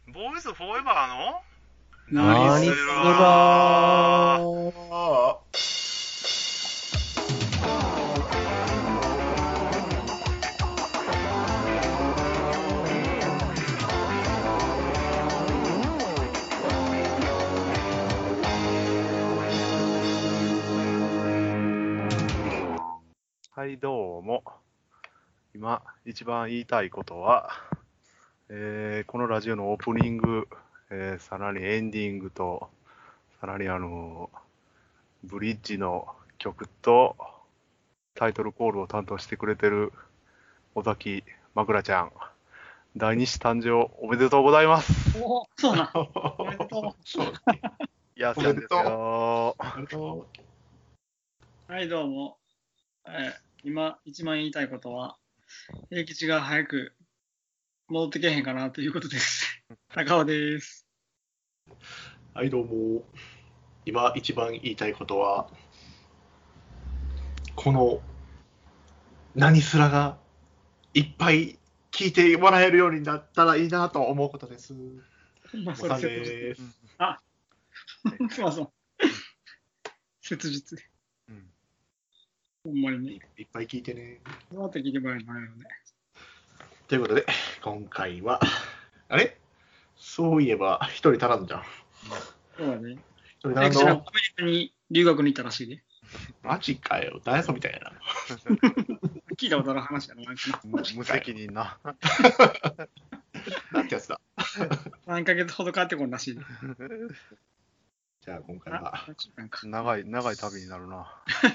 ボーイズフォーエバーの何すらはい、どうも。今、一番言いたいことは、このラジオのオープニング、さらにエンディングと、さらにブリッジの曲と、タイトルコールを担当してくれてる尾崎まくらちゃん、第二子誕生おめでとうございます。 お、そうな。おめでといや、そうですよ。 う。はい、どうも。今、一番言いたいことは、平吉が早く戻ってけへんかなということです。高尾です。 はい、どうも。今一番言いたいことは、この何すらがいっぱい聞いてもらえるようになったらいいなと思うことです。 まあ、そおさんれ切です。 あ、すいません。切実で。ほんまにね。 いっぱい聞いてね。 どうやって聞けばいいのよね。 ということで、今回は、あれそういえば、一人足らんじゃん。 そうだね。 一人足らん平吉はアメのリカに留学に行ったらしいで。 マジかよ。誰そみたいな。 聞いたことある話やな、なんかな。 無責任な。 なんてやつだ。 3ヶ月ほど帰ってこんらしいで。 じゃあ今回は、 なんか長い旅になるな。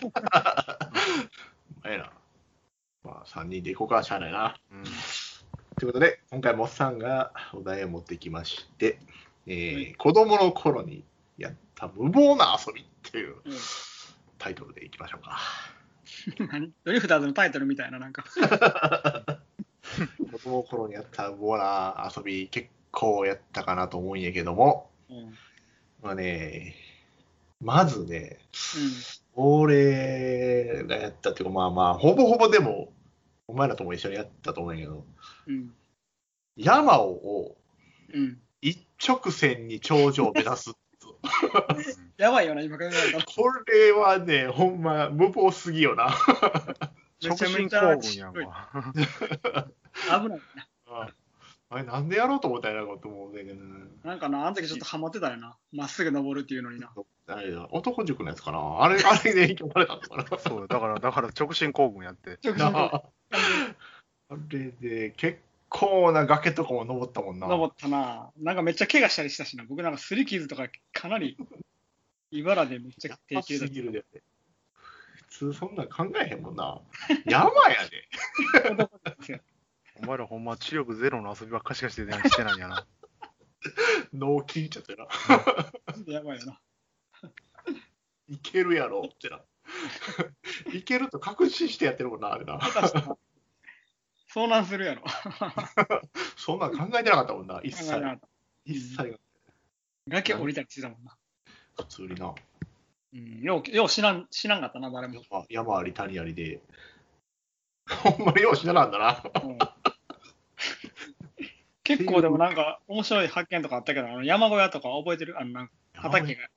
ええな。まあ、3人で行こうか、しゃあないな。 うんということで、今回もっさんがお題を持ってきまして、子供の頃にやった無謀な遊びっていうタイトルでいきましょうか。 何ドリフターズのタイトルみたいな、なんか。 子供の頃にやった無謀な遊び、結構やったかなと思うんやけども、まあね、まずね、俺がやったっていうか、まあまあ、ほぼほぼでも、お前らとも一緒にやったと思うんやけど、山を一直線に頂上を目指す。 やばいよな、今考えたら。 これはね、ほんま、無謀すぎよな。 直進行軍やんか。 危ないな。 あれ、なんでやろうと思ったんやなと思うんだけどなんかな、あの時ちょっとハマってたよな。まっすぐ登るっていうのにな。 あれだ、男塾のやつかな。あれで影響されたのかな。 そう、だから直進行軍やって。 あれで、結構な崖とかも登ったもんな。 登ったな。なんかめっちゃ怪我したりしたしな。僕なんかすり傷とかかなり茨でめっちゃ低級だった。 普通そんなん考えへんもんな。山やで。 お前らほんま知力ゼロの遊びばっかしかしてないんやな。 脳筋ちゃってな。 やばいよな。 いけるやろってな。いけると確信してやってるもんな、あれな。 遭難するやろ。 そんなん考えてなかったもんな、一切。一切。 崖降りたりしてたもんな。 普通にな。 よう知らんかったな、誰も。 山あり谷ありで。ほんまによう知らなんだな。 結構でもなんか面白い発見とかあったけど、山小屋とか覚えてる？なんか畑が。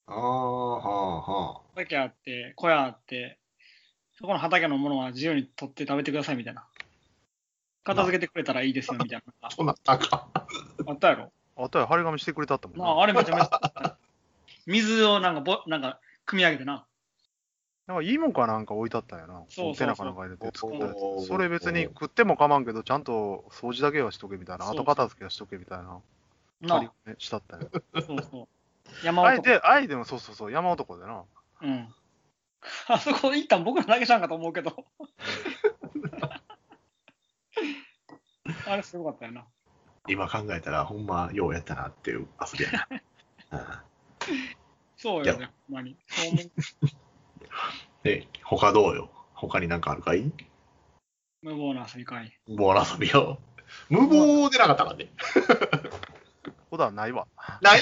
畑あって、小屋あって、そこの畑のものは自由に取って食べてくださいみたいな。片付けてくれたらいいですよみたいな。 そうなったか。 あったやろ？ あとは張り紙してくれたったもんな。 あれめちゃめちゃ。水をなんか汲み上げてな。 なんか芋かなんか置いてあったんやな。コンテナかなんか入れて作ったやつ。それ別に食っても構わんけど、ちゃんと掃除だけはしとけみたいな。後片付けはしとけみたいな。張り紙したったんや。 そうそう。山男。 でもそう、山男でな。 あそこ行ったん僕らだけじゃんかと思うけど。あれすごかったよな。 今考えたらほんまようやったなっていう遊びやな。 そうよね、ほんまに。 で、他どうよ？他になんかあるかい？ 無謀な遊びかい。 無謀な遊びよ。無謀でなかったからね。 ほだないわ。 ない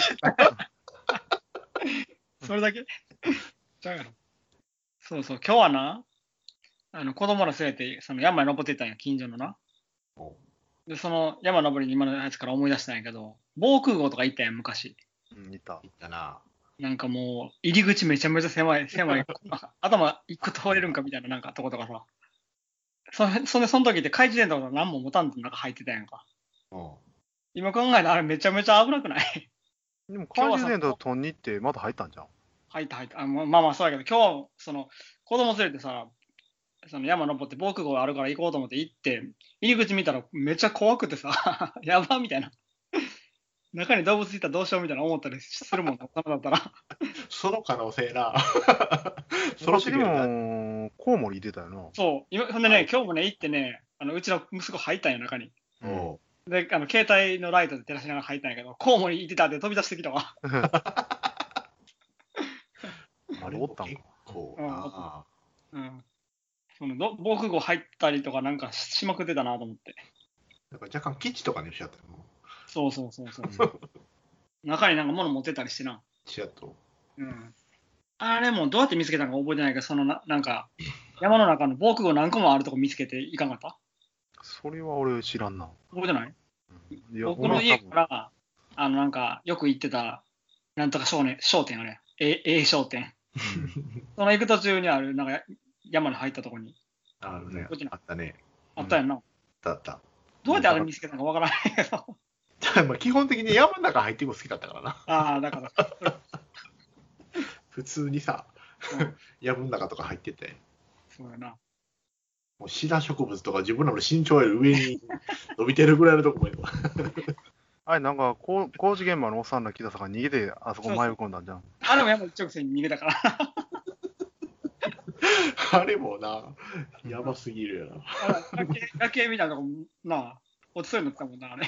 それだけちゃうやろ。そうそう、今日はな、子供ら連れて、その山に登ってたんや、近所のな。 で、その山登りに今のやつから思い出したんやけど、防空壕とか行ったやん、昔。 うん、いた。 行ったな。 なんかもう、入り口めちゃめちゃ狭い、頭一個通れるんかみたいななんかとことかさ。その時って怪獣伝とか何も持たんと中入ってたやんか。 うん。 今考えたらあれめちゃめちゃ危なくないでも、怪獣伝とトンニってまた入ったんじゃん。 入った。まあまあそうやけど、今日はその子供連れてさ、その山登って防空壕あるから行こうと思って行って、入り口見たらめっちゃ怖くてさ、やばみたいな。中に動物いたらどうしようみたいな思ったりするもんな、だったら。 その可能性な。その私でも、コウモリいてたよな。 そう、ほんでね、今日もね、行ってね、うちの息子入ったんよ、中に。 おうで、携帯のライトで照らしながら入ったんやけど、コウモリいてたって飛び出してきたわ。 あれも結構な。 うん。その防空壕入ったりとかなんかしまくってたなと思って。 なんか若干基地とかにしちゃったよ。 そうそうそうそう。中になんか物持ってたりしてな。 しやっと。 うん。あれもどうやって見つけたのか覚えてないけど、そのなんか山の中の防空壕何個もあるとこ見つけていかんかった？ それは俺知らんな。 覚えてない？ いや、 僕の家からなんかよく行ってたなんとか商店あれ、A 商店。その行く途中にあるなんか山に入ったとこに。 あるね。あったね。 あったやんな。 あった。 どうやってあれ見つけたのかわからないけど。 まあ基本的に山の中入っていくの好きだったからな。 ああ、だから。 普通にさ、山の中とか入ってて。 そうやな。 もうシダ植物とか自分らの身長より上に伸びてるぐらいのとこもいるわ。 あれ、なんか工事現場のおっさんら来たさから逃げてあそこ迷い込んだんじゃん。 あれも山一直線に逃げたから。 あれもな、やばすぎるよな。 崖みたいなとこな、落ちそうになったもんな、あれ。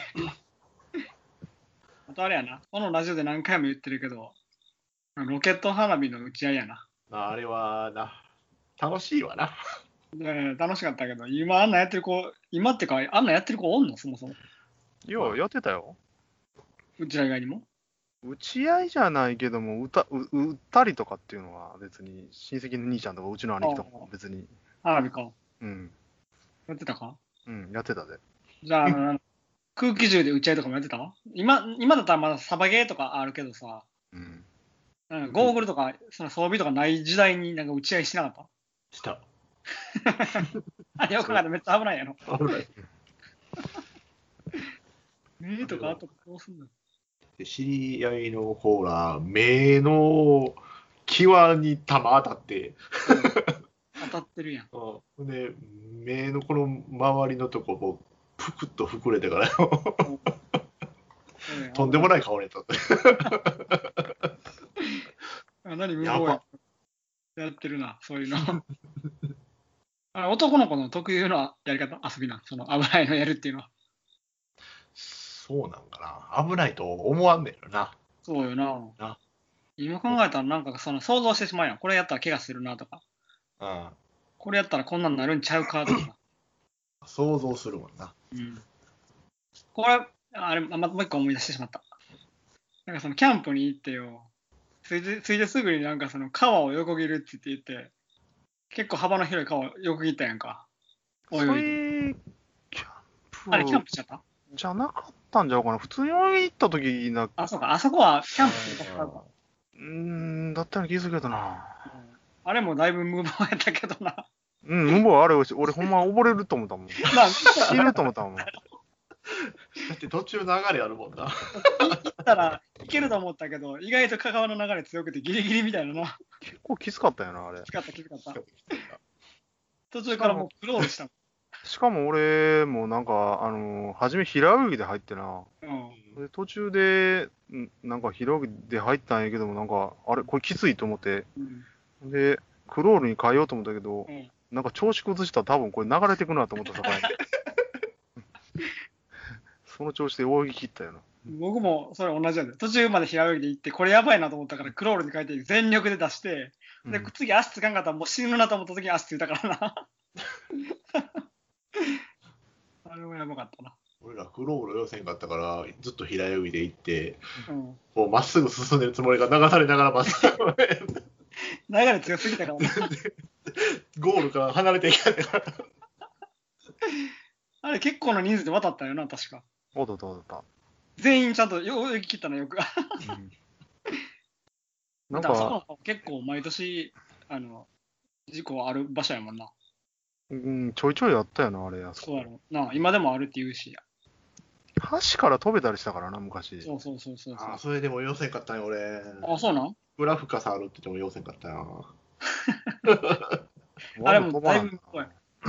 あとあれやな、このラジオで何回も言ってるけど、ロケット花火の打ち合いやな。 あれはな、楽しいわな。 楽しかったけど、今あんなやってる子、今ってか、あんなやってる子おんのそもそも。 いや、やってたよ。 うちら以外にも。 打ち合いじゃないけども、打ったりとかっていうのは別に、親戚の兄ちゃんとかうちの兄貴とかも別に。 花火か。 うん。 やってたか？ うん、やってたで。 じゃあ、空気銃で打ち合いとかもやってた？今だったらまだサバゲーとかあるけどさ、 うん。 なんかゴーグルとか、その装備とかない時代になんか打ち合いしなかった？ した。 あれよく考えたらめっちゃ危ないやろ。 危ない。 目とかあとかどうすんの？ 知り合いのほら、目の際に弾当たって、 当たってるやん。 で、目のこの周りのとこもぷくっと膨れてからよ。とんでもない顔になった。 何無謀やってるな、そういうの。男の子の特有のやり方、遊びな、その危ないのやるっていうのは。 そうなんかな。危ないと思わんねんよな。 そうよな。今考えたらなんかその想像してしまうやん。これやったら怪我するなとか。 うん。 これやったらこんなんなるんちゃうかとか。 想像するもんな。 うん。これ、もう一個思い出してしまった。なんかそのキャンプに行ってよ、ついですぐになんかその川を横切るって言って、結構幅の広い川を横切ったやんか。 それ、キャンプあれキャンプしちゃった？ じゃなかったんじゃうかな。普通に泳ぎ行った時な。 あ、そうか。あそこはキャンプで使うか。 だったら気づけたな。 あれもだいぶ無謀やったけどな。 うん、無謀あれ、俺ほんま溺れると思ったもん。死ぬと思ったもん。 だって途中流れあるもんな。 行ったらいけると思ったけど、意外と川の流れ強くてギリギリみたいなな。 結構きつかったよな、あれ。 きつかった。途中からもうクロールしたもん。 しかも俺もなんか、初め平泳ぎで入ってな。で途中で、なんか平泳ぎで入ったんやけども、なんか、あれ、これきついと思って。で、クロールに変えようと思ったけど、なんか調子崩したら多分これ流れてくなと思ったさかいに。その調子で泳ぎ切ったよな。 僕もそれ同じやで。途中まで平泳ぎで行って、これやばいなと思ったからクロールに変えて全力で出して、で、次足つかんかったらもう死ぬなと思った時に足ついたからな。あれもやばかったな。 俺らクロール要せんかったから、ずっと平泳ぎで行って、もうまっすぐ進んでるつもりが流されながらまっすぐ。 流れ強すぎたからね。 ゴールから離れていかないから。 あれ結構な人数で渡ったよな、確か。 おどどど全員ちゃんと泳ぎ切ったのよく。 なんあそか、 こ結構毎年、事故ある場所やもんな。 ちょいちょいあったよな、あれ。 そうやろ。なあ、今でもあるって言うし。 橋から飛べたりしたからな、昔。 そうそうそうそう。 あ、それでも要せんかったんよ、俺。 あ、そうなんグラフかさあるって言っても要せんかったよ。 あれもだいぶ怖い。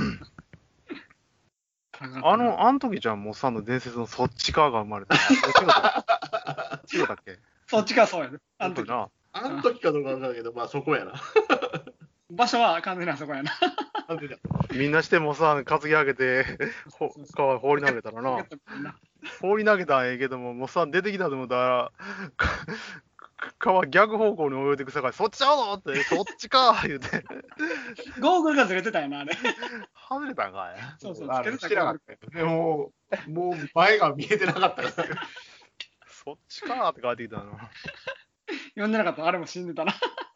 あの時じゃん、もうさんの伝説のそっち側が生まれた。違うだっけそっちか、そうやで。 あの時かどうかわからんけど、まあそこやな。 場所は完全にあそこやな。 みんなしてもさ、担ぎ上げて、川放り投げたらな。放り投げたらええけども、もうさ、出てきたと思ったら、川逆方向に泳いでいくさかい、そっちちゃうのって、そっちか言うて。 ゴーグルがずれてたよな、あれ。 外れたんかい。 そうそう、 してなかったよ。でもう前が見えてなかったから。 そっちかって帰ってきたの。 呼んでなかった、あれも死んでたな。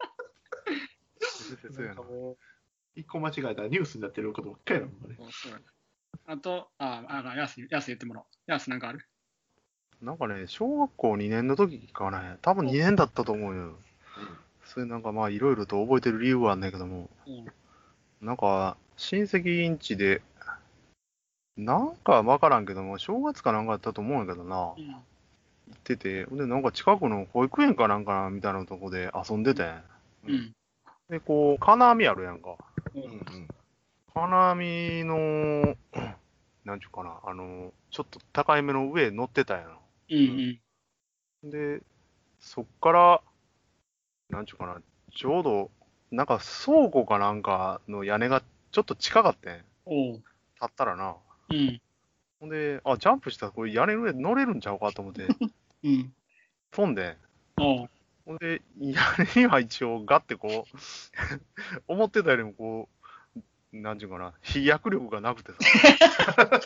もう一個間違えたらニュースになってることばっかりやな、ね。 あと、やす言ってもらおう。やすなんかある？ なんかね、小学校2年の時かね、多分2年だったと思うよ。それなんかまあいろいろと覚えてる理由はあんねんけども、なんか親戚ん家で、なんかわからんけども、正月かなんかやったと思うんやけどな、行ってて、で、なんか近くの保育園かなんかみたいなとこで遊んでて、で、こう、金網あるやんか。金網の、なんちゅうかな、ちょっと高いめの上乗ってたやん。で、そっから、なんちゅうかな、ちょうど、なんか倉庫かなんかの屋根がちょっと近かってん。立ったらな。ほんで、ジャンプしたらこれ屋根の上乗れるんちゃうかと思って、飛んで、ほんで、屋根には一応ガッてこう、思ってたよりもこう、なんちゅうかな、飛躍力がなくてさ。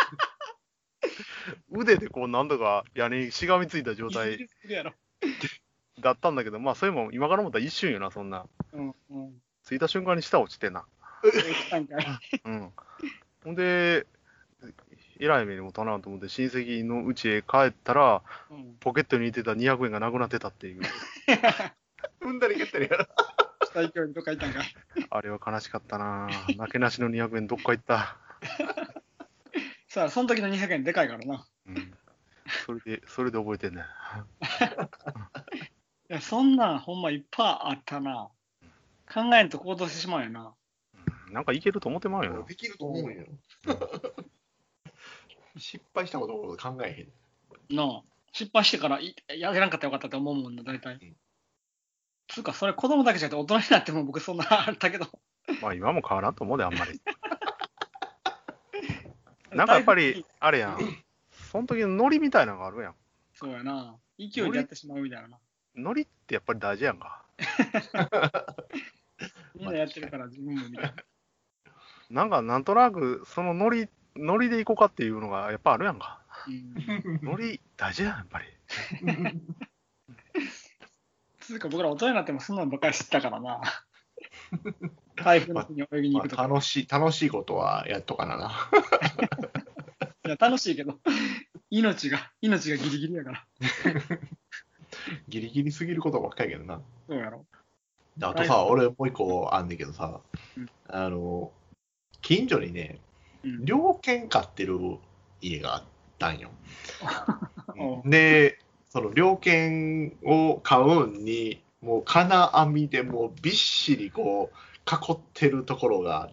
腕でこう何度か屋根にしがみついた状態だったんだけど、まあそれも今から思ったら一瞬よな、そんな。ついた瞬間に下落ちてな。ほんで、えらい目にもたなと思って親戚の家へ帰ったら、ポケットに入れてた200円がなくなってたっていう。 踏んだり蹴ったりやろ。 最強にどっか行ったんか。 あれは悲しかったな。なけなしの200円どっか行った。 さあ、その時の200円でかいからな。 それで覚えてんねん。 いや、そんなんほんまいっぱいあったな。考えんと行動してしまうよな。 なんかいけると思ってまうよな。 できると思うんよ。失敗したことを考えへん。 なあ、失敗してからやらんかったらよかったと思うもんな、大体。つうか、それ子供だけじゃなくて大人になっても僕そんなあったけど。 まあ今も変わらんと思うで、あんまり。なんかやっぱり、あれやん。その時のノリみたいなのがあるやん。 そうやな。勢いでやってしまうみたいなな。 ノリってやっぱり大事やんか。 みんなやってるから自分もみたいな。なんとなく、そのノリでいこうかっていうのがやっぱあるやんか。ノリ大事やん、やっぱり。 つうか僕ら大人になってもそんなのばっかり知ったからな。台風の日に泳ぎに行くとか。 楽しいことはやっとかな。 いや、楽しいけど、命がギリギリやから。 ギリギリすぎることばっかりやけどな。 そうやろ。 あとさ、俺もう一個あんねんけどさ、近所にね、猟犬飼ってる家があったんよ。で、その猟犬を飼うんに、もう金網でもうびっしりこう囲ってるところがあって、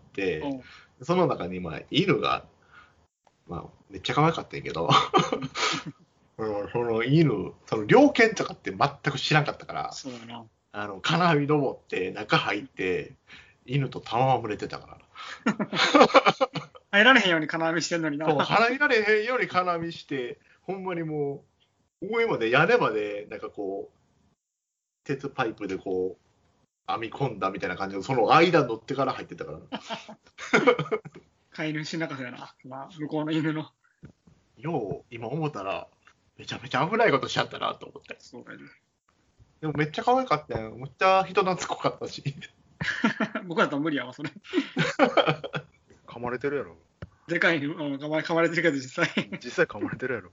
その中にまあ犬が、まあ、めっちゃ可愛かったんやけど、その犬、その猟犬とかって全く知らんかったから、 そうやな。 金網登って中入って犬と戯れてたから入られへんように金網してんのにな。 そう、入られへんように金網して、ほんまにもう上まで屋根までなんかこう鉄パイプでこう編み込んだみたいな感じで、その間乗ってから入ってたから飼い主泣かせやな、まあ、向こうの犬の。 よう今思ったらめちゃめちゃ危ないことしちゃったなと思って。 そうやね。 でもめっちゃ可愛かったよ。めっちゃ人懐っこかったし。 僕だったら無理やわ、それ。 噛まれてるやろ。 でかい犬、噛まれてるけど実際。 実際噛まれてるやろ。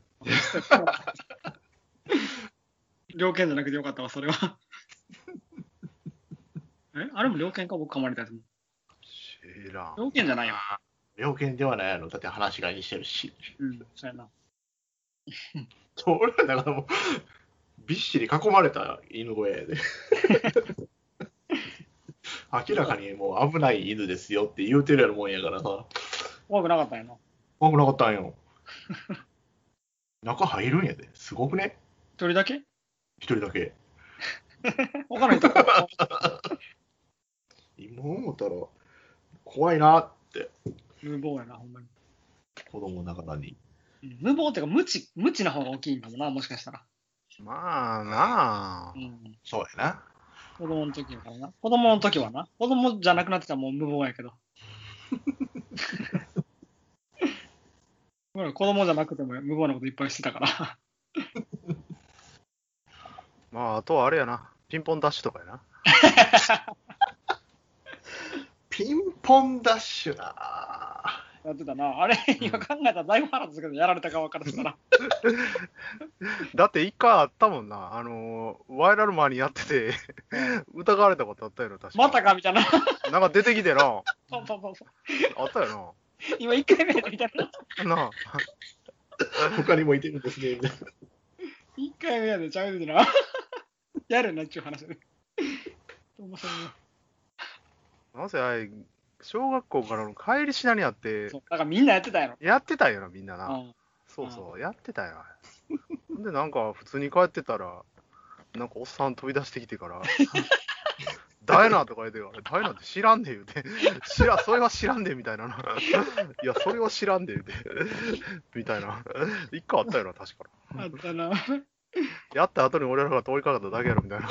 猟犬じゃなくてよかったわ、それは。あれも猟犬か、僕噛まれたやつも。 知らん。 猟犬じゃないよ。 猟犬ではないやろ。だって話し飼いにしてるし。 そうやな。 俺はだからもう、びっしり囲まれた犬小屋やで。明らかにもう危ない犬ですよって言うてるやろもんやからさ。 怖くなかったんやな。 怖くなかったんよ。中入るんやで。すごくね。 一人だけ一人だけ。 他の人。 今思ったら怖いなって無謀やな、ほんまに。 子供ながらに。 無謀っていうか、無知な方が大きいんかもな、もしかしたら。 まあなあ。 そうやな。 子供の時やからな。子供の時はな。子供じゃなくなってたらもう無謀やけど。子供じゃなくても無謀なこといっぱいしてたから。 まあ、あとはあれやな。ピンポンダッシュとかやな。 ピンポンダッシュな。 やってたな。あれ、今考えたらだいぶ腹立つけど、やられた側からしたら。 だって一回あったもんな。ワイラルマンにやってて、疑われたことあったやろ、確か。 またかみたいな。 なんか出てきてな。 そうそうそう。 あったよ今1回目でみたいな。 な。なあ。 他にもいてるんですね。みたいな。 1回目やでちゃうでな。やるなっちゅう話で。面白いな。 なぜあれ、小学校からの帰りしなにあってそう、だからみんなやってたやろ。 やってたんよな、みんなな。 うん。 そうそう、やってたよ。で、なんか普通に帰ってたら、なんかおっさん飛び出してきてから、ダイナーとか言ってから、ダイナーって知らんで言うて、それは知らんでみたいな。いや、それは知らんで言うて、みたいな。一回あったよな、確か。 あったな。 やった後に俺らが通りかかっただけやろ、みたいな。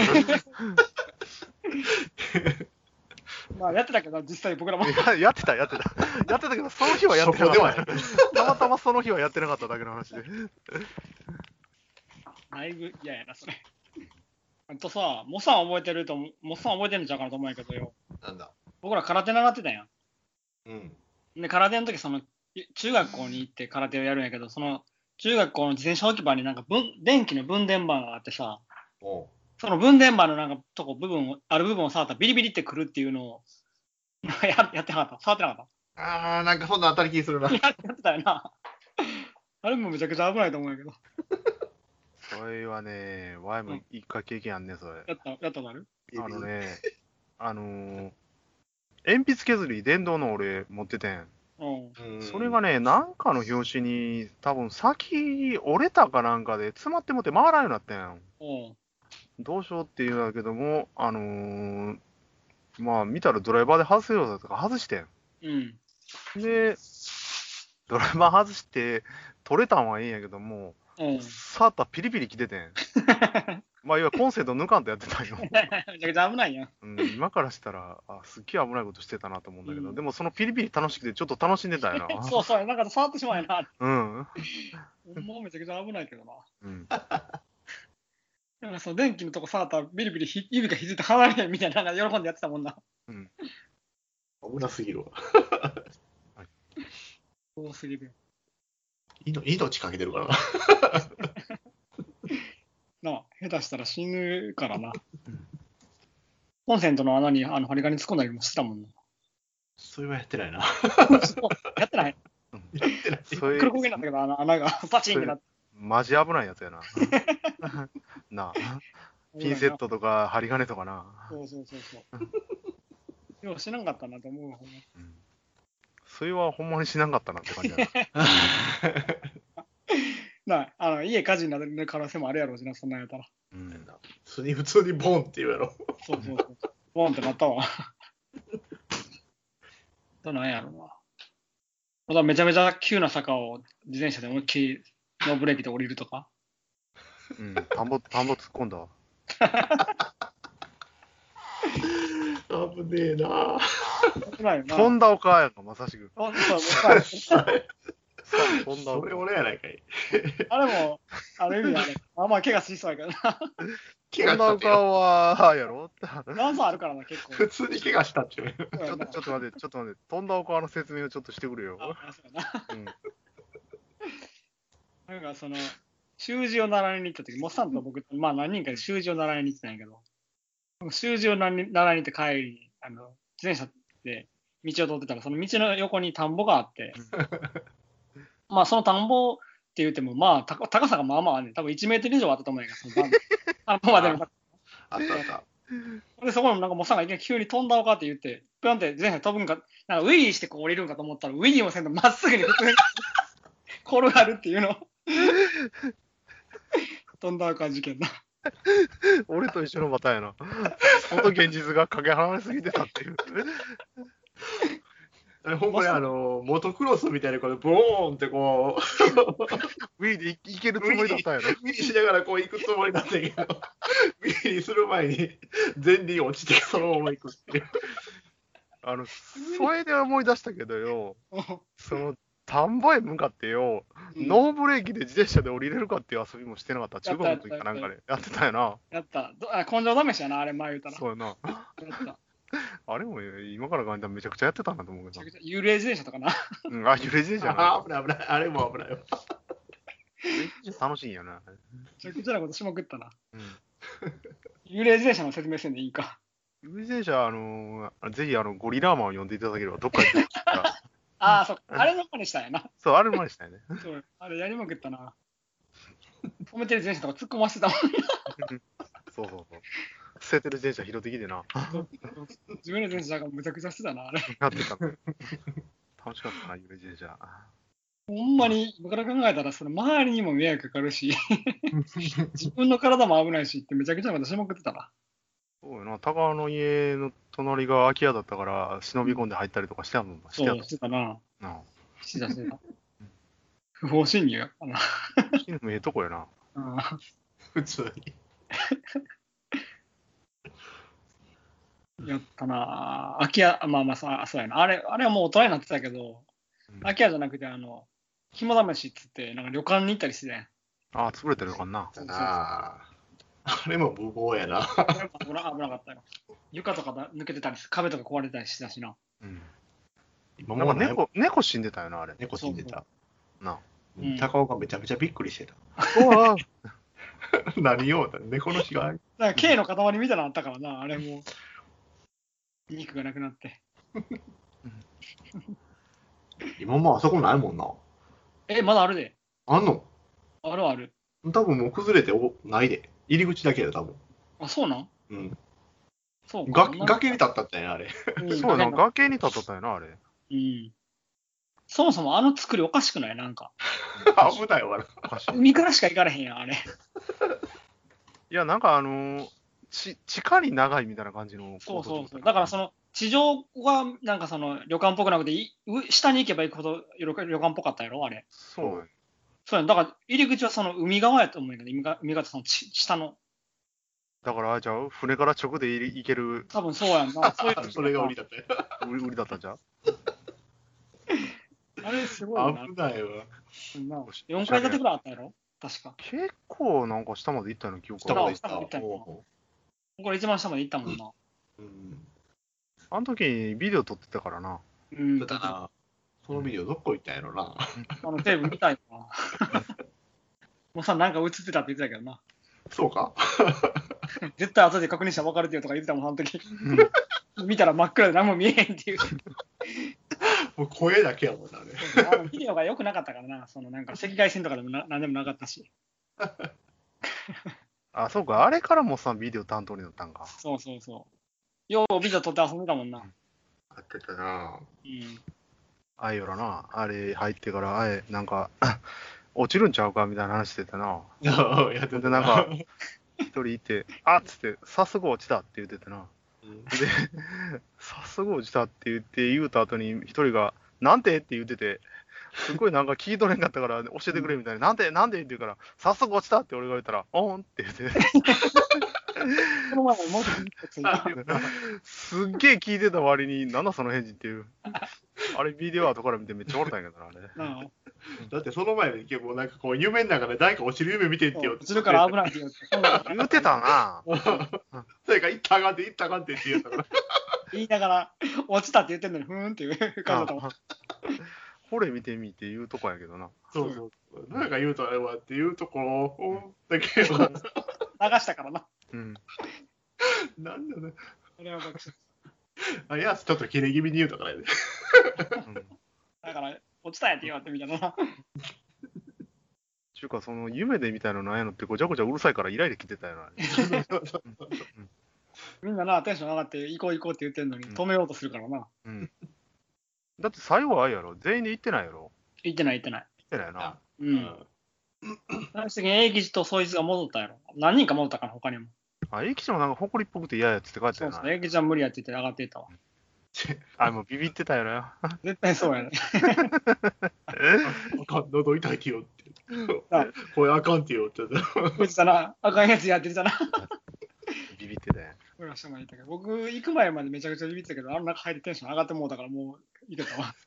まあやってたけど、実際僕らも。 やってたけど、その日はやってなかった。たまたまその日はやってなかっただけの話で。 だいぶ嫌やな、それ。あとさ、モッサン覚えてるんちゃうかなと思うんやけどよ。 なんだ。 僕ら空手習ってたやん。 うん。 で、空手の時、中学校に行って空手をやるんやけど、中学校の自転車置き場になんか電気の分電盤があってさ、 おう。 その分電盤のなんかある部分を触ったらビリビリってくるっていうのをやってなかった。触ってなかっあー、なんかそんな当たり気するな。 た。やってたよな。あれもめちゃくちゃ危ないと思うんやけど。 それはね、ワイも一回経験あんねん、それ。 やったことある？ 鉛筆削り電動の俺持っててん。それがね、なんかの拍子に、多分先折れたかなんかで詰まってもって回らんようになってん。どうしようっていうんだけども、まあ見たらドライバーで外せようだとか外してん。で、ドライバー外して取れたんはいいんやけども、触ったらピリピリ来ててん。まあ、要はコンセント抜かんとやってたんよ。 めちゃくちゃ危ないやん。 今からしたら、すっげえ危ないことしてたなと思うんだけど、でもそのピリピリ楽しくてちょっと楽しんでたよな。 そうそう、なんか触ってしまうよな。 うん。 もうめちゃくちゃ危ないけどな。 うん。 なんかその電気のとこ触ったらビリビリ指がひずいて離れへんみたいな、なんか喜んでやってたもんな。 危なすぎるわ。 多すぎる。 命かけてるからな。 なあ、下手したら死ぬからな。コンセントの穴に針金突っ込んだりもしてたもんな。 それはやってないな。 やってない。 やってない。 黒焦げになったけど、穴がパチンってなって。 マジ危ないやつやな。なあ。ピンセットとか針金とかな。 そう。よう死なんかったなと思うわ、ほんま。 それはほんまに死なんかったなって感じだな。家火事になる可能性もあるやろうしな、そんなんやったら。 普通にボンって言うやろ。 そう。ボンってなったわ。なんやろな。まためちゃめちゃ急な坂を自転車で思いっきりノーブレーキで降りるとか。 田んぼ突っ込んだわ。 危ねえな。 飛んだおかやんか、まさしく。 それ俺やないかい。 あれも、ある意味まあ怪我しそうやけどな。 怪我したってよ。 は、やろ段差あるからな、結構。 普通に怪我したってよ。 そうやなちょっと待って、飛んだ丘の説明をちょっとしてくれよ。 あ、そうやな。 うん。 なんか習字を習いに行った時、モッサンと僕、まあ何人かで習字を習いに行ってたんやけど、習字を習いに行って帰りに、自転車で道を通ってたら、その道の横に田んぼがあって、まあその田んぼって言っても、まあ高さがまあまああんねん。多分1メートル以上あったと思うんやけど、その田んぼまでの。 あったあった。 で、そこになんかモッサンがいきなり急に飛んだおかって言って、ぴょんって自転車飛ぶんか、なんかウィリーしてこう降りるんかと思ったら、ウィリーもせんとまっすぐに普通に転がるっていうのを。飛んだおか事件な。 俺と一緒のパターンやな。その現実がかけ離れすぎてたっていう。 ほんまにモトクロスみたいなこれボーンってこウィリーでいけるつもりだったんやろ。 う、ウィリーしながらこう行くつもりだったけど、ウィリーする前に前輪落ちてそのまま行くっていう。 それで思い出したけどよ、田んぼへ向かってよ、ノーブレーキで自転車で降りれるかっていう遊びもしてなかった。中国の時かなんかでやってたよな。 やった。根性試しやな、あれ前言うたら。 そうやな。 やった。 あれも今から考えたらめちゃくちゃやってたんだと思うけど。 幽霊自転車とかな。 うん、あ、揺れ自転車な。 危ない危ない。あれも危ないわ。 楽しいんやな。 めちゃくちゃなことしまくったな。 うん。 幽霊自転車の説明せんでいいか。 幽霊自転車、ぜひゴリラーマンを呼んでいただければ、どっかでできたら。 ああ、そう。あれの真似したんやな。 そう、あれもまでしたよね。 そう。あれやりまくったな。止めてる自転車とか突っ込ませてたもん。 そうそうそう。捨ててる自転車拾ってきてな。 自分の自転車だからむちゃくちゃしてたな、あれ。 やってた。楽しかったな、幽霊自転車。 ほんまに、僕から考えたら、周りにも迷惑かかるし、自分の体も危ないしってめちゃくちゃなことしまくってたな。 そうやな、高川の家の隣が空き家だったから、忍び込んで入ったりとかしてたもんな。 そう、してたな。 な。 してた、してた。不法侵入やったな。 死ぬもええとこやな。 普通に。 やったなぁ。空き家、まあまあさ、そうやな。あれはもう大人になってたけど、空き家じゃなくて、肝試しっつって、なんか旅館に行ったりしてね。 ああ、潰れてるかな。 あれも無謀やな。 危なかったよ。床とか抜けてたり、壁とか壊れてたりしてたしな。 うん。 今なんか猫死んでたよな、あれ。 猫死んでた。 な。 高尾がめちゃめちゃびっくりしてた。 うわ何を猫の死骸。 だから K の塊みたいなのあったからな、あれも。肉がなくなって。 今もあそこないもんな。 まだあるで。 あんの？ あるある。 多分もう崩れてないで。入り口だけや多分。 あ、そうなん？ うん。 そうか。 崖に立ったったんや、あれ。 そうやな、崖に立っとったよな、あれ。 うん。そもそも作りおかしくない？なんか。 危ないわな。 海からしか行かれへんやん、あれ。 いや、なんか地下に長いみたいな感じの。 そう。だから地上はなんか旅館っぽくなくて、下に行けば行くほど旅館っぽかったやろ、あれ。 そう。 そうやん。だから入り口は海側やと思うんやけど、海側って下の。 だからじゃあ船から直で行ける。 多分そうやんな。 それが売りだったよ。 売りだったんじゃん。 あれすごいな。 危ないわ。 4階建てぐらいあったやろ確か。 結構なんか下まで行ったような記憶下まで行ったよ。これ一番下まで行ったもんな。 あの時にビデオ撮ってたからな。 だな。そのビデオどこ行ったんやろな。 テレビ見たいな。もうさ、なんか映ってたって言ってたけどな。 そうか絶対後で確認したら分かるってよとか言ってたもん、あの時。見たら真っ暗で何も見えへんっていう。 もう声だけやもんな、あれ。 ビデオが良くなかったからな、なんか赤外線とかでも何でもなかったし。 あ、そうか、あれからもさ、ビデオ担当になったんか。 そう。ようビデオ撮って遊んでたもんな。 あってたな。 あいよらな、あれ入ってから、なんか、落ちるんちゃうかみたいな話してたな。 やってで、なんか、一人いて、あっつって、早速落ちたって言ってたな。で、早速落ちたって言うた後に、一人が、なんてって言ってて、すごいなんか聞き取れんかったから教えてくれみたいな、なんでって言うから、早速落ちたって俺が言ったら、おんって言って。 この前もうちょっとすっげえ聞いてた割に、なんだその返事っていう。 あれビデオ後から見てめっちゃ笑ったんやけどな、あれ。 なあだってその前にもうなんかこう夢の中で誰か落ちる夢見てってよって。 落ちるから危ないって言うて。 言うてたな。 それから行ったらあかんって言ったらあかんってって言うたから。 言いながら、落ちたって言ってんのに、ふーんっていう感じだったもん。 これ見てみって言うとこやけどな。 そうそう。なんか言うとあれはっていうところだけど、 流したからな。 うん。 なんだろうね。 それは爆笑。 いや、ちょっと切れ気味に言うたからね。 だから、落ちたんやって言われてみたいな。 ちゅうか、その夢で見たいのなんやのってごちゃごちゃうるさいからイライラ来てたよな。 みんなな、テンション上がって、行こう行こうって言ってんのに、止めようとするからな。 うん。だって最後はあれやろ。全員で行ってないやろ。 行ってない行ってない。 行ってないな。 うん。最終的に英吉とそいつが戻ったやろ。何人か戻ったから、他にも。 あ、駅長もなんか誇りっぽくて嫌やっつって帰ったよな。 そうそう、英吉は無理やって言って上がっていったわ。 あ、もうビビってたよな。 絶対そうやね。 あかん、喉痛いってよって。 あこれあかんってよって言ったら。 言ってたな。あかんやつやってたな。 ビビってたよ。 俺は人が言ったけど、僕、行く前までめちゃくちゃビビってたけど、あの中入ってテンション上がってもうたから、もう行けたわ。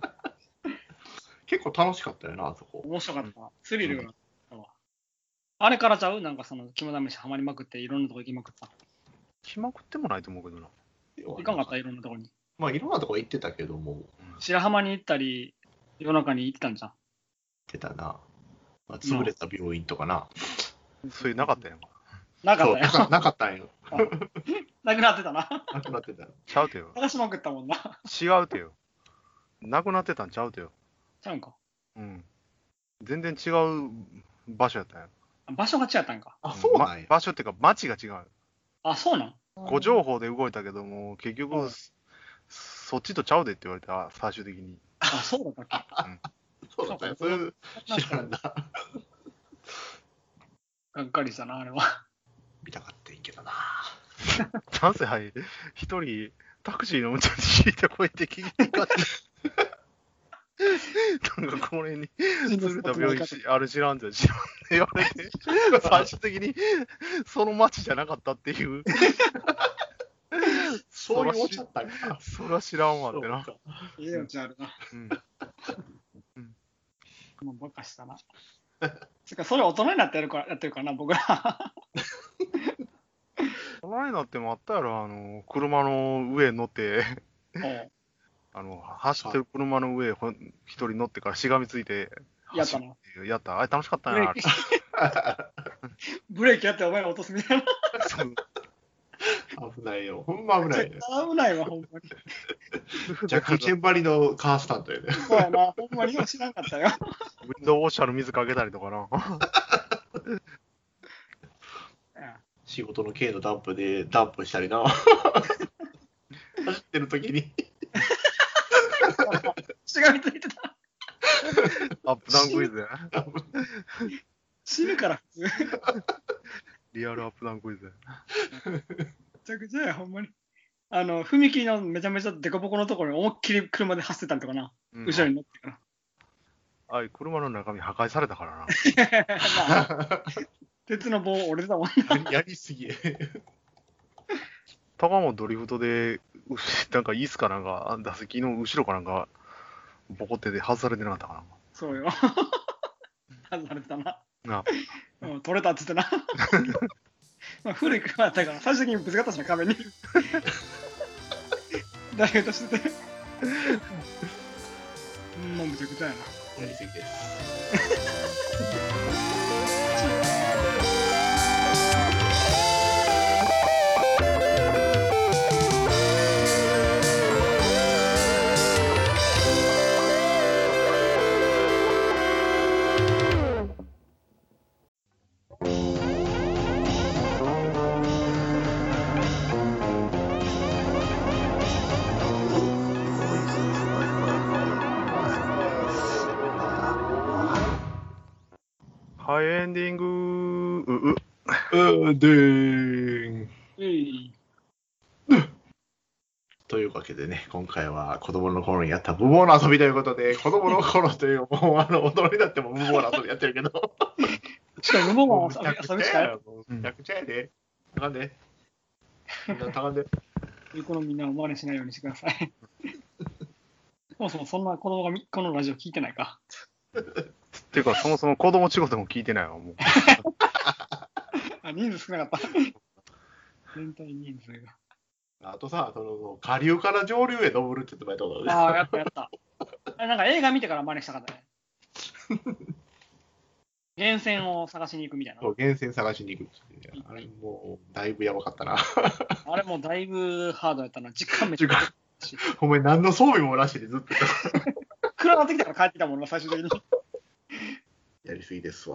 結構楽しかったよな、あそこ。 面白かった。スリルがあったわ。あれからちゃうなんかその肝試しハマりまくって、いろんなとこ行きまくった。 決まくってもないと思うけどな。 行かんかったいろんなとこに。 まあ、いろんなとこ行ってたけども、 白浜に行ったり、夜中に行ってたんじゃん。 行ってたな。まあ、潰れた病院とかな。 それなかったやんか。 なかったよ。 そうなかったんよ。 なくなってたな。 なくなってた。 ちゃうてよ。 探しまくったもんな。 違うてよ。なくなってたんちゃうてよ。 ちゃうんか。 うん。全然違う場所やったんや。 場所が違ったんか。 あ、そうなんや。 場所っていうか街が違う。 あ、そうなん誤情報で動いたけども、結局、 うんそっちとちゃうでって言われた、最終的に。 あ、そうだったっそうだったよ。それ知らんな。 け。がっかりしたな、あれは。 見たかったんやけどな。 なんせはい、一人、タクシーの運転手聞いた声って聞いてかって。なんかこれに、鶴田病院あれ知らんって知らんって言われて、最終的にその町じゃなかったっていう。 そういうおっちゃったんか。 そら知らんわってな。 いいよ、ちあるな。 うん。 もうバカしたな。つか、それ大人になってやってるからな、僕ら。 この前になってもあったやろ、車の上に乗って、走ってる車の上一人乗ってからしがみついて、 やったな。 やった。あれ楽しかったな。 ブレーキやってお前ら落とすみたいな。 そう危ないよ。ほんま危ないね。 危ないわ、ほんまに。 ジャッキー・チェンバリのカースタントやね。 そうやな、ほんまによう知らんかったよ。 ウィンドウウォッシャーの水かけたりとかな。 仕事の軽のダンプでダンプしたりな。走ってる時に。 しがみついてた。 アップダウンクイズや。 死ぬから、普通。 リアルアップダウンクイズや。 めちゃくちゃや、ほんまに。踏切のめちゃめちゃデコボコのところに思いっきり車で走ってたりとかな。 うん後ろに乗ってから。 あい、車の中身破壊されたからな。 まあ鉄の棒折れてたもんな。 やりすぎ。 タカもドリフトで、なんかイースかなんか、打席の後ろかなんか、ボコってで外されてなかったかそうよ。外されてたな。 な。 うん取れたって言ってな。まあ古い車だったから、最終的にぶつかったしな、壁に。ダイエットしてて。もうむちゃくちゃやな。 やりすぎです。 はい、エンディングでーん。というわけでね、今回は子供の頃にやった無謀な遊びということで、子供の頃という、もう大人になっても無謀な遊びやってるけど。 しかも、無謀なめちゃくちゃ遊びしかやや。めちゃくちゃやで。たかんで。みんなたかんで。 このみんなを真似しないようにしてください。 そもそもそんな子供がこのラジオ聞いてないか。 っていうか、そもそも子供仕事も聞いてないわ、もう。 あ、人数少なかった。全体人数が。 あとさ、下流から上流へ登るって言ってもらえたことああ、やったやった。なんか映画見てから真似したかったね。源泉を探しに行くみたいな。 そう、源泉探しに行くって、ね。あれもう、だいぶやばかったな。 あれもだいぶハードやったな。実感めっちゃお前何の装備もなしでずっと。 暗なってきたから帰ってきたもんな、最終的に。 やりすぎですわ。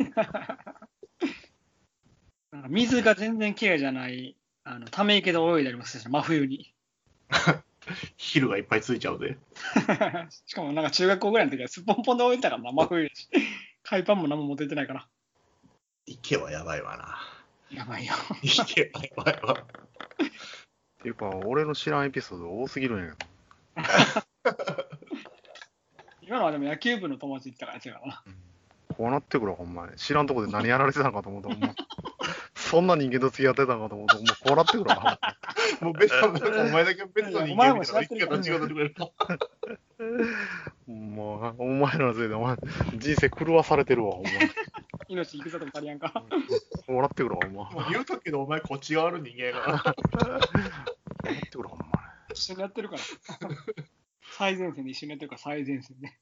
なんか水が全然綺麗じゃない、ため池で泳いだりもしてた、真冬に。 ヒルがいっぱいついちゃうぜ。 しかもなんか中学校ぐらいの時はすっぽんぽんで泳いでたからな、真冬だし。海パンも何も持ってってないから。 池はやばいわな。 やばいよ。 池はやばいわ。 っていうか、俺の知らんエピソード多すぎるんやけど。 今のはでも野球部の友達言ってたから違うかな。 こうなってくるわ、ほんまに。知らんとこで何やられてたんかと思うと、そんな人間と付き合ってたんかと思うと、もうこうなってくるわ。 もう別の、お前だけ別の人間みたいな生き方違ってくれる。 もう、お前らのせいで、お前、人生狂わされてるわ、ほんまに。 命いくさとも足りやんか。 こうなってくるわ、ほんま。 もう言うときのお前こっち側の人間が。 こうなってくるわ、ほんまに。 一緒にやってるから。最前線で一緒にやってるから、最前線で。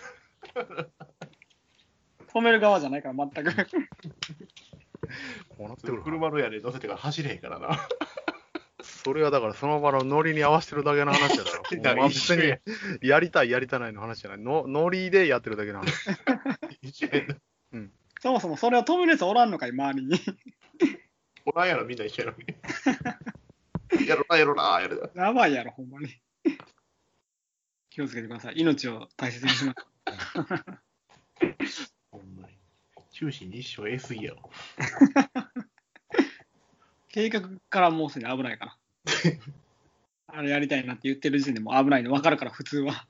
止める側じゃないから、全く。 こうなってくるわ。 車の屋根乗せてから走れへんからな。 それはだからその場のノリに合わせてるだけの話だろ。まあ別にやりたいやりたないの話じゃない。ノリでやってるだけの話。 うん、そもそもそれを止めるやつおらんのかい、周りに。 おらんやろ、みんな一緒やろ。やろな、やろな、やるな。 やばいやろ、ほんまに。気をつけてください。命を大切にします。 ほんまに。終始に一生得すぎやろ。 計画からもうすでに危ないから。あれやりたいなって言ってる時点でもう危ないの分かるから、普通は。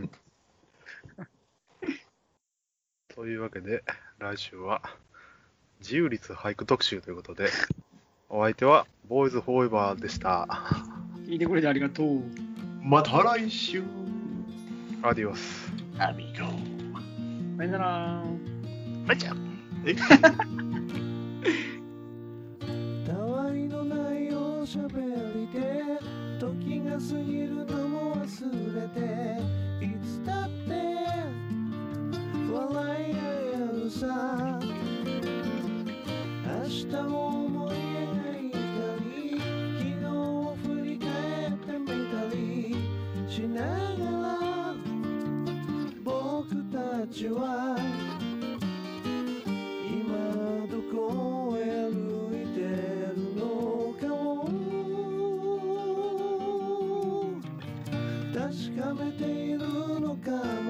というわけで、来週は自由律俳句特集ということで、お相手はボーイズフォーエバーでした。 聞いてくれてありがとう。 また来週。 アディオス。 アミゴ。 さよなら。 バイチャー。 たわいのないおしゃべりで時が過ぎるのも忘れていつだって笑い合えるさ明日を思い描いたり昨日を振り返ってみたりしながら僕たちは今どこへ歩いてるのかを確かめているのか